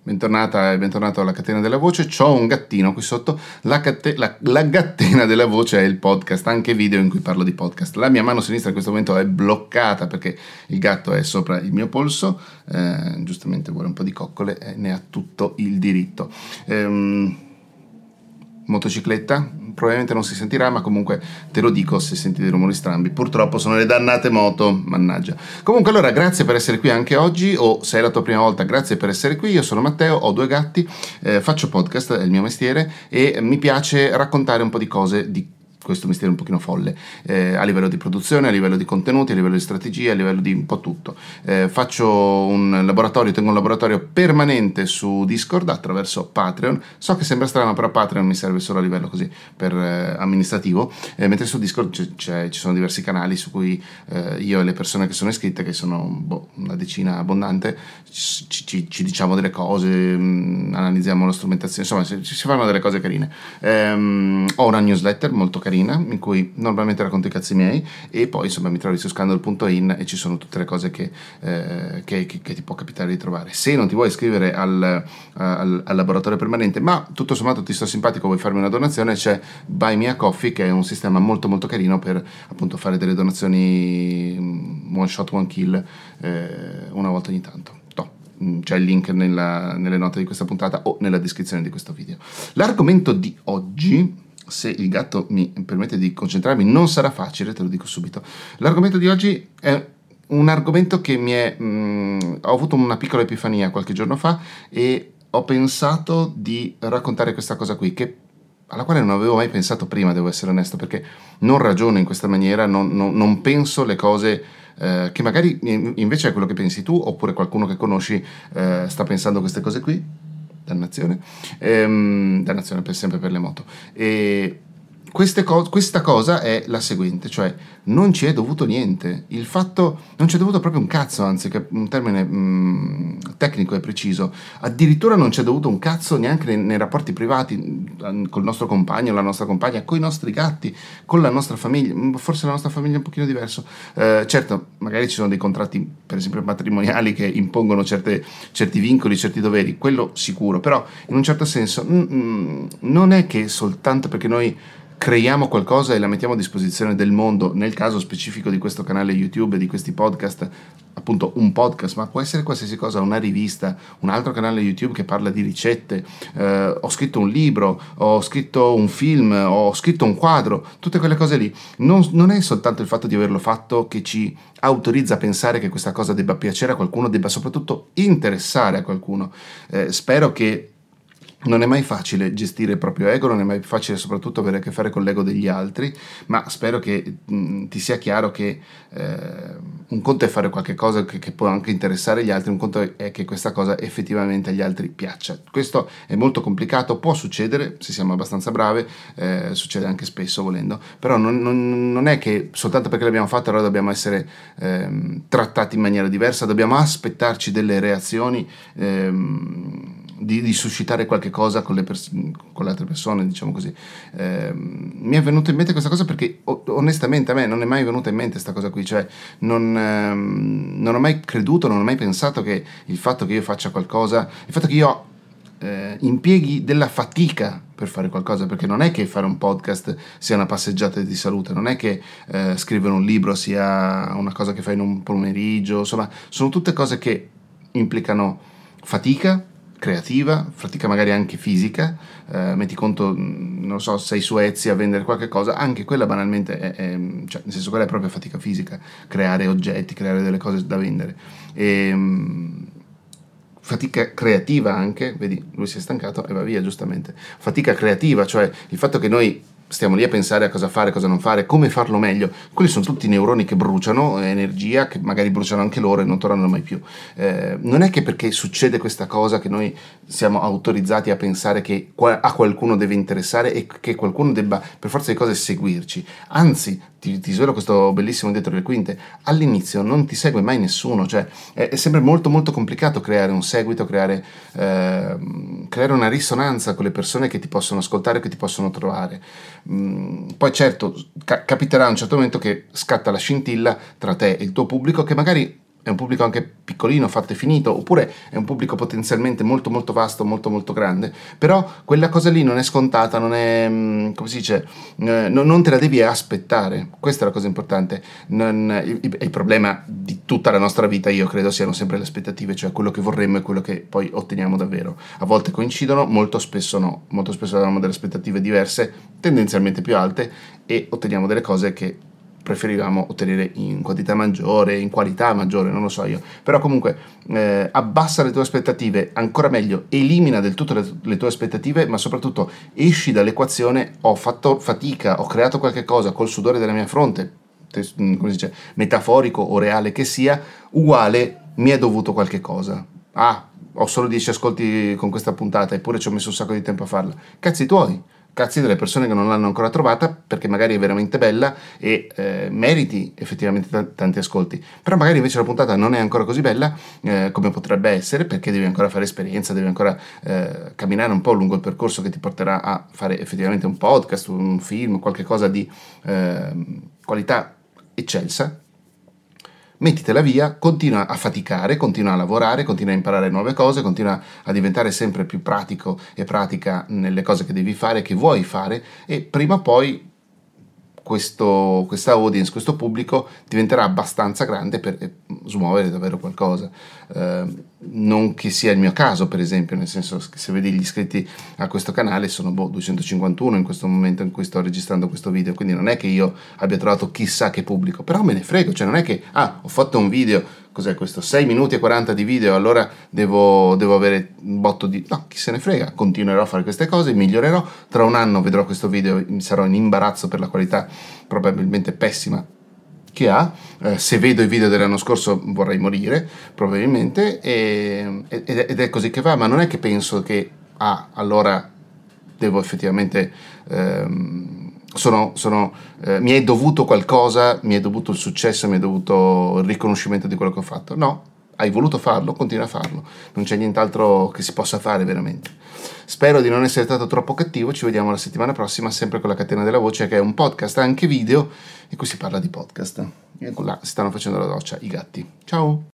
bentornata e bentornato alla Catena della Voce. C'ho un gattino qui sotto, la Catena della Voce è il podcast, anche video in cui parlo di podcast. La mia mano sinistra in questo momento è bloccata perché il gatto è sopra il mio polso, giustamente vuole un po' di coccole e ne ha tutto il diritto. Motocicletta, probabilmente non si sentirà, ma comunque te lo dico se senti dei rumori strambi. Purtroppo sono le dannate moto, mannaggia. Comunque allora, grazie per essere qui anche oggi, o se è la tua prima volta, grazie per essere qui. Io sono Matteo, ho 2 gatti, faccio podcast, è il mio mestiere, e mi piace raccontare un po' di cose di questo mestiere un pochino folle, a livello di produzione, a livello di contenuti, a livello di strategia, a livello di un po' tutto. Tengo un laboratorio permanente su Discord attraverso Patreon. So che sembra strano, però Patreon mi serve solo a livello così per amministrativo, mentre su Discord ci sono diversi canali su cui io e le persone che sono iscritte, che sono una decina abbondante, ci diciamo delle cose, analizziamo la strumentazione, insomma si fanno delle cose carine. Ho una newsletter molto carina in cui normalmente racconto i cazzi miei, e poi insomma mi trovi su scandal.in e ci sono tutte le cose che ti può capitare di trovare. Se non ti vuoi iscrivere al laboratorio permanente, ma tutto sommato ti sto simpatico, vuoi farmi una donazione, c'è Buy Me a Coffee, che è un sistema molto molto carino per appunto fare delle donazioni one shot one kill, una volta ogni tanto. C'è il link nelle note di questa puntata o nella descrizione di questo video. L'argomento di oggi, se il gatto mi permette di concentrarmi, non sarà facile, te lo dico subito. L'argomento di oggi è un argomento che ho avuto una piccola epifania qualche giorno fa, e ho pensato di raccontare questa cosa qui, alla quale non avevo mai pensato prima, devo essere onesto, perché non ragiono in questa maniera, non penso le cose che magari invece è quello che pensi tu, oppure qualcuno che conosci sta pensando queste cose qui. Dannazione per sempre per le moto. E questa cosa è la seguente, cioè non ci è dovuto niente, non ci è dovuto proprio un cazzo, anzi, che è un termine tecnico e preciso. Addirittura non ci è dovuto un cazzo neanche nei rapporti privati col nostro compagno, la nostra compagna, con i nostri gatti, con la nostra famiglia. Forse la nostra famiglia è un pochino diverso, certo, magari ci sono dei contratti per esempio matrimoniali che impongono certi vincoli, certi doveri, quello sicuro, però in un certo senso non è che soltanto perché noi creiamo qualcosa e la mettiamo a disposizione del mondo, nel caso specifico di questo canale YouTube e di questi podcast, appunto un podcast, ma può essere qualsiasi cosa, una rivista, un altro canale YouTube che parla di ricette, ho scritto un libro, ho scritto un film, ho scritto un quadro, tutte quelle cose lì. Non è soltanto il fatto di averlo fatto che ci autorizza a pensare che questa cosa debba piacere a qualcuno, debba soprattutto interessare a qualcuno. Spero che non è mai facile gestire il proprio ego, non è mai facile soprattutto avere a che fare con l'ego degli altri, ma spero che ti sia chiaro che un conto è fare qualche cosa che può anche interessare gli altri, un conto è che questa cosa effettivamente agli altri piaccia. Questo è molto complicato, può succedere se siamo abbastanza brave, succede anche spesso volendo, però non è che soltanto perché l'abbiamo fatto allora dobbiamo essere trattati in maniera diversa, dobbiamo aspettarci delle reazioni, di suscitare qualche cosa con le altre persone, diciamo così. Mi è venuto in mente questa cosa perché onestamente a me non è mai venuta in mente questa cosa qui, cioè non ho mai creduto, non ho mai pensato che il fatto che io faccia qualcosa, il fatto che io impieghi della fatica per fare qualcosa, perché non è che fare un podcast sia una passeggiata di salute, non è che scrivere un libro sia una cosa che fai in un pomeriggio, insomma sono tutte cose che implicano fatica creativa, fatica magari anche fisica, metti conto, non so, sei su Etsy a vendere qualche cosa, anche quella banalmente cioè nel senso, quella è proprio fatica fisica, creare oggetti, creare delle cose da vendere, fatica creativa anche, vedi, lui si è stancato e va via giustamente, fatica creativa, cioè il fatto che noi stiamo lì a pensare a cosa fare, cosa non fare, come farlo meglio, quelli sono tutti neuroni che bruciano energia, che magari bruciano anche loro e non tornano mai più. Non è che perché succede questa cosa che noi siamo autorizzati a pensare che a qualcuno deve interessare e che qualcuno debba per forza di cose seguirci, anzi ti svelo questo bellissimo dietro le quinte: all'inizio non ti segue mai nessuno, cioè è sempre molto molto complicato creare un seguito, creare una risonanza con le persone che ti possono ascoltare, che ti possono trovare. Poi certo capiterà a un certo momento che scatta la scintilla tra te e il tuo pubblico, che magari è un pubblico anche piccolino, fatto e finito, oppure è un pubblico potenzialmente molto molto vasto, molto molto grande, però quella cosa lì non è scontata, non è, come si dice, non te la devi aspettare. Questa è la cosa importante. Il problema di tutta la nostra vita, io credo, siano sempre le aspettative, cioè quello che vorremmo e quello che poi otteniamo davvero. A volte coincidono, molto spesso no, molto spesso abbiamo delle aspettative diverse, tendenzialmente più alte, e otteniamo delle cose che preferivamo ottenere in quantità maggiore, in qualità maggiore, non lo so io. Però comunque abbassa le tue aspettative, ancora meglio, elimina del tutto le tue aspettative, ma soprattutto esci dall'equazione: ho fatto fatica, ho creato qualche cosa col sudore della mia fronte, come si dice, metaforico o reale che sia, uguale, mi è dovuto qualche cosa. Ho solo 10 ascolti con questa puntata, eppure ci ho messo un sacco di tempo a farla. Cazzi tuoi, cazzi delle persone che non l'hanno ancora trovata, perché magari è veramente bella e meriti effettivamente tanti ascolti. Però magari invece la puntata non è ancora così bella come potrebbe essere, perché devi ancora fare esperienza, devi ancora camminare un po' lungo il percorso che ti porterà a fare effettivamente un podcast, un film, qualche cosa di qualità eccelsa. Mettitela via, continua a faticare, continua a lavorare, continua a imparare nuove cose, continua a diventare sempre più pratico e pratica nelle cose che devi fare, che vuoi fare, e prima o poi questa audience, questo pubblico diventerà abbastanza grande per smuovere davvero qualcosa. Non che sia il mio caso, per esempio, nel senso che se vedi gli iscritti a questo canale sono 251 in questo momento in cui sto registrando questo video, quindi non è che io abbia trovato chissà che pubblico, però me ne frego, cioè non è che ho fatto un video, cos'è questo, 6 minuti e 40 di video, allora devo avere un botto di... No, chi se ne frega, continuerò a fare queste cose, migliorerò, tra un anno vedrò questo video, sarò in imbarazzo per la qualità probabilmente pessima che ha, se vedo i video dell'anno scorso vorrei morire probabilmente, ed è così che va, ma non è che penso che allora devo effettivamente mi è dovuto qualcosa, mi è dovuto il successo, mi è dovuto il riconoscimento di quello che ho fatto. No, hai voluto farlo, continua a farlo, non c'è nient'altro che si possa fare veramente. Spero di non essere stato troppo cattivo, ci vediamo la settimana prossima sempre con la Catena della Voce, che è un podcast anche video in cui si parla di podcast. E là si stanno facendo la doccia i gatti. Ciao!